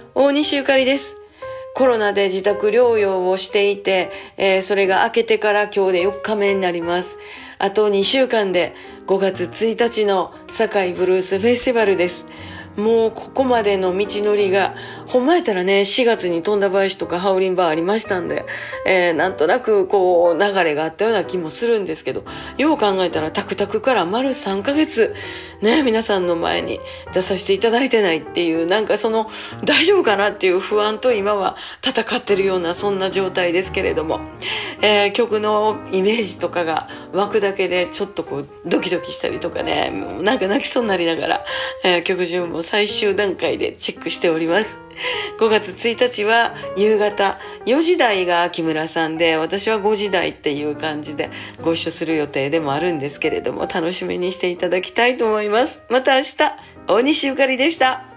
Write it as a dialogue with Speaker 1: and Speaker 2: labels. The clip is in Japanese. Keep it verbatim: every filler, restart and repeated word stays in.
Speaker 1: 大西ゆかりです。コロナで自宅療養をしていて、えー、それが明けてから今日でよっかめになります。あとにしゅうかんでごがつついたちの堺ブルースフェスティバルです。もうここまでの道のりが、ほんまやったらね、しがつに富田林とかハウリンバーありましたんで、えー、なんとなくこう流れがあったような気もするんですけど、よう考えたらタクタクから丸さんかげつね、皆さんの前に出させていただいてないっていう、なんかその大丈夫かなっていう不安と今は戦ってるようなそんな状態ですけれども、えー、曲のイメージとかが湧くだけでちょっとこうドキドキしたりとかね、もうなんか泣きそうになりながら、えー、曲順も最終段階でチェックしております。ごがつついたちは夕方よじ台が木村さんで、私はごじ台っていう感じでご一緒する予定でもあるんですけれども、楽しみにしていただきたいと思います。また明日、大西ゆかりでした。